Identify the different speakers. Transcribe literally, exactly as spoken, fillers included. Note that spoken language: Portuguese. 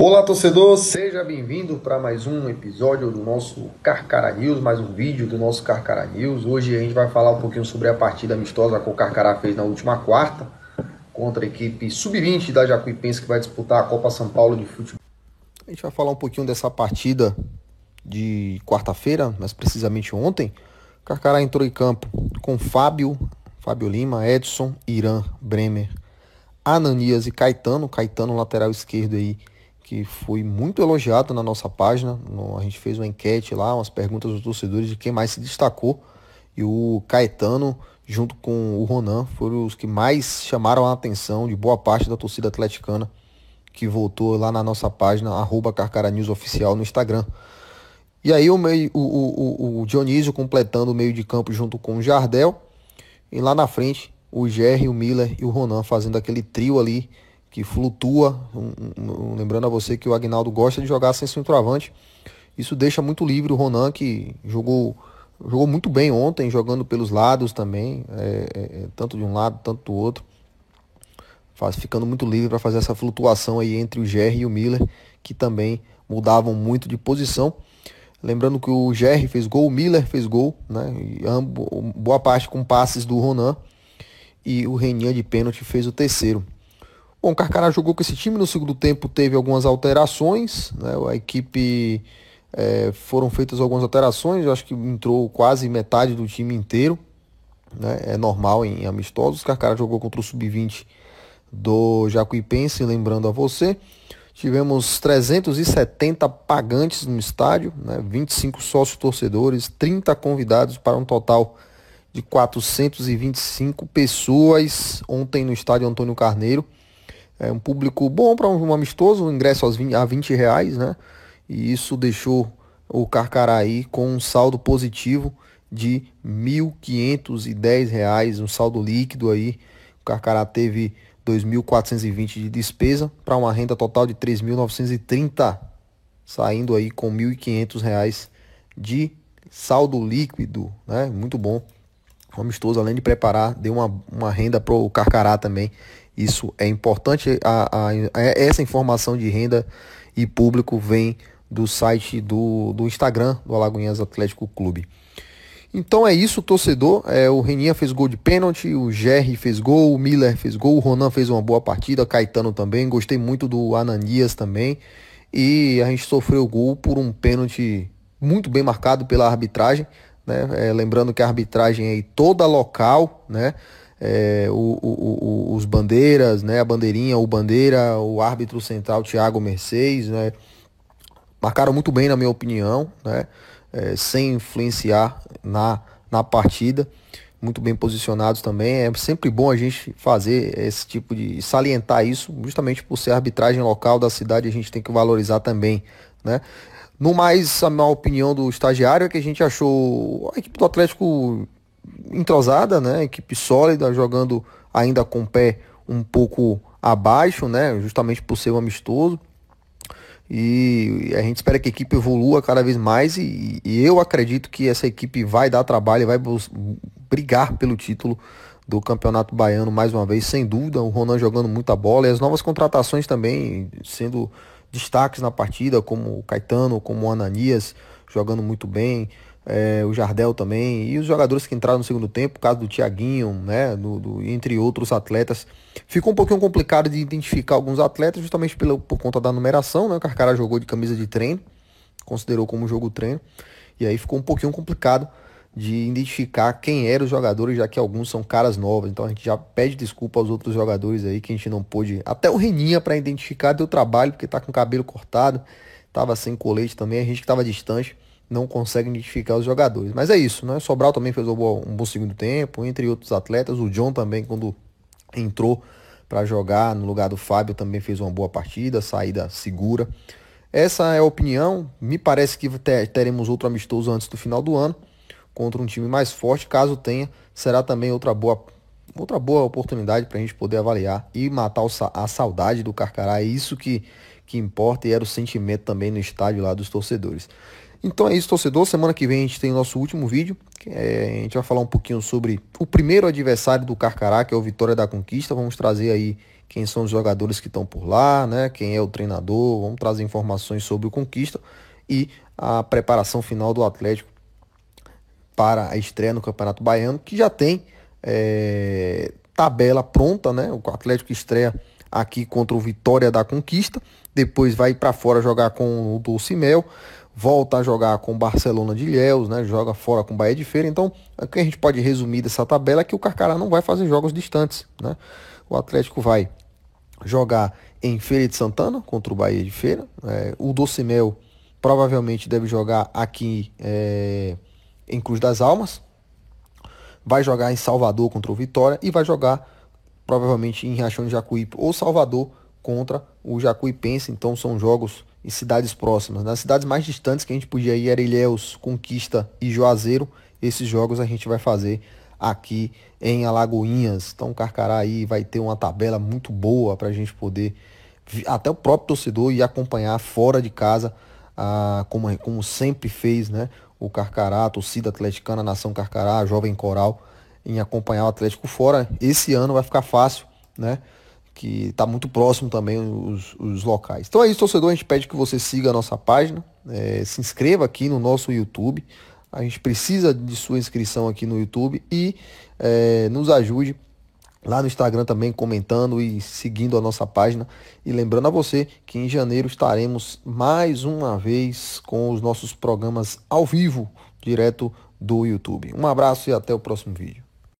Speaker 1: Olá, torcedor, seja bem-vindo para mais um episódio do nosso Carcará News, mais um vídeo do nosso Carcará News. Hoje a gente vai falar um pouquinho sobre a partida amistosa que o Carcará fez na última quarta contra a equipe sub vinte da Jacuipense, que vai disputar a Copa São Paulo de futebol. A gente vai falar um pouquinho dessa partida de quarta-feira, mais precisamente ontem. O Carcará entrou em campo com Fábio, Fábio Lima, Edson, Irã, Bremer, Ananias e Caetano. Caetano, lateral esquerdo aí, que foi muito elogiado na nossa página. A gente fez uma enquete lá, umas perguntas dos torcedores de quem mais se destacou. E o Caetano, junto com o Ronan, foram os que mais chamaram a atenção de boa parte da torcida atleticana, que voltou lá na nossa página, arroba Carcará News Oficial no Instagram. E aí o, meio, o, o, o Dionísio completando o meio de campo junto com o Jardel. E lá na frente, o Gerry, o Miller e o Ronan fazendo aquele trio ali que flutua. Um, um, lembrando a você que o Agnaldo gosta de jogar sem centroavante. Isso deixa muito livre o Ronan, que jogou, jogou muito bem ontem, jogando pelos lados também, é, é, tanto de um lado, tanto do outro. Faz, ficando muito livre para fazer essa flutuação aí entre o Gerry e o Miller, que também mudavam muito de posição. Lembrando que o Gerry fez gol, o Miller fez gol, né? E ambos, boa parte com passes do Ronan. E o Reninha de pênalti fez o terceiro. Bom, o Carcará jogou com esse time. No segundo tempo teve algumas alterações, né? A equipe é, foram feitas algumas alterações. Eu acho que entrou quase metade do time inteiro, né? É normal em amistosos. O Carcará jogou contra o sub vinte do Jacuipense, lembrando a você. Tivemos trezentos e setenta pagantes no estádio, né? vinte e cinco sócios torcedores, trinta convidados para um total de quatrocentas e vinte e cinco pessoas ontem no estádio Antônio Carneiro. É um público bom para um amistoso, um ingresso aos vinte, a vinte reais, né? E isso deixou o Carcará aí com um saldo positivo de mil quinhentos e dez reais, um saldo líquido aí. O Carcará teve dois mil quatrocentos e vinte de despesa para uma renda total de três mil novecentos e trinta, saindo aí com mil e quinhentos reais de saldo líquido, né? Muito bom. O amistoso, além de preparar, deu uma, uma renda para o Carcará também. Isso é importante. A, a, a, essa informação de renda e público vem do site do, do Instagram do Alagoinhas Atlético Clube. Então é isso, torcedor. É, o Reninha fez gol de pênalti, o Gerry fez gol, o Miller fez gol, o Ronan fez uma boa partida, Caetano também. Gostei muito do Ananias também. E a gente sofreu gol por um pênalti muito bem marcado pela arbitragem, né? É, lembrando que a arbitragem é toda local, né? É, o, o, o, os bandeiras, né? A bandeirinha, o bandeira, o árbitro central Thiago Mercedes, né? Marcaram muito bem, na minha opinião, né? É, sem influenciar na, na partida, muito bem posicionados também. É sempre bom a gente fazer esse tipo de salientar isso, justamente por ser a arbitragem local da cidade, a gente tem que valorizar também, né? No mais, a minha opinião do estagiário é que a gente achou a equipe do Atlético entrosada, né? Equipe sólida, jogando ainda com o pé um pouco abaixo, né? Justamente por ser um amistoso. E a gente espera que a equipe evolua cada vez mais e, e eu acredito que essa equipe vai dar trabalho, vai brigar pelo título do Campeonato Baiano mais uma vez, sem dúvida. O Ronan jogando muita bola e as novas contratações também sendo destaques na partida, como o Caetano, como o Ananias, jogando muito bem, é, o Jardel também, e os jogadores que entraram no segundo tempo, o caso do Thiaguinho, né, do, do, entre outros atletas. Ficou um pouquinho complicado de identificar alguns atletas, justamente pela, por conta da numeração, né? O Carcará jogou de camisa de treino, considerou como jogo treino, e aí ficou um pouquinho complicado de identificar quem eram os jogadores, já que alguns são caras novas. Então a gente já pede desculpa aos outros jogadores aí, que a gente não pôde, até o Reninha para identificar deu trabalho, porque tá com o cabelo cortado, tava sem colete também, a gente que tava distante não consegue identificar os jogadores. Mas é isso, né? Sobral também fez um bom, um bom segundo tempo, entre outros atletas. O John também, quando entrou para jogar no lugar do Fábio, também fez uma boa partida, saída segura. Essa é a opinião. Me parece que teremos outro amistoso antes do final do ano, contra um time mais forte. Caso tenha, será também outra boa, outra boa oportunidade para a gente poder avaliar e matar a saudade do Carcará. É isso que, que importa e era o sentimento também no estádio lá dos torcedores. Então é isso, torcedor. Semana que vem a gente tem o nosso último vídeo. É, a gente vai falar um pouquinho sobre o primeiro adversário do Carcará, que é o Vitória da Conquista. Vamos trazer aí quem são os jogadores que estão por lá, né? Quem é o treinador, vamos trazer informações sobre o Conquista e a preparação final do Atlético para a estreia no Campeonato Baiano, que já tem é, tabela pronta, né? O Atlético estreia aqui contra o Vitória da Conquista, depois vai para fora jogar com o Dulcimel, volta a jogar com o Barcelona de Ilhéus, né? Joga fora com o Bahia de Feira. Então, o que a gente pode resumir dessa tabela é que o Carcará não vai fazer jogos distantes, né? O Atlético vai jogar em Feira de Santana contra o Bahia de Feira, é, o Dulcimel provavelmente deve jogar aqui é, em Cruz das Almas, vai jogar em Salvador contra o Vitória e vai jogar provavelmente em Riachão de Jacuípe ou Salvador contra o Jacuipense. Então são jogos em cidades próximas. Nas cidades mais distantes que a gente podia ir era Ilhéus, Conquista e Juazeiro. Esses jogos a gente vai fazer aqui em Alagoinhas. Então o Carcará aí vai ter uma tabela muito boa para a gente poder, até o próprio torcedor, ir acompanhar fora de casa, ah, como, como sempre fez, né? O Carcará, a torcida atleticana, a Nação Carcará, a Jovem Coral, em acompanhar o Atlético fora. Esse ano vai ficar fácil, né? Que está muito próximo também os, os locais. Então é isso, torcedor. A gente pede que você siga a nossa página, é, se inscreva aqui no nosso YouTube. A gente precisa de sua inscrição aqui no YouTube e é, nos ajude lá no Instagram também, comentando e seguindo a nossa página. E lembrando a você que em janeiro estaremos mais uma vez com os nossos programas ao vivo, direto do YouTube. Um abraço e até o próximo vídeo.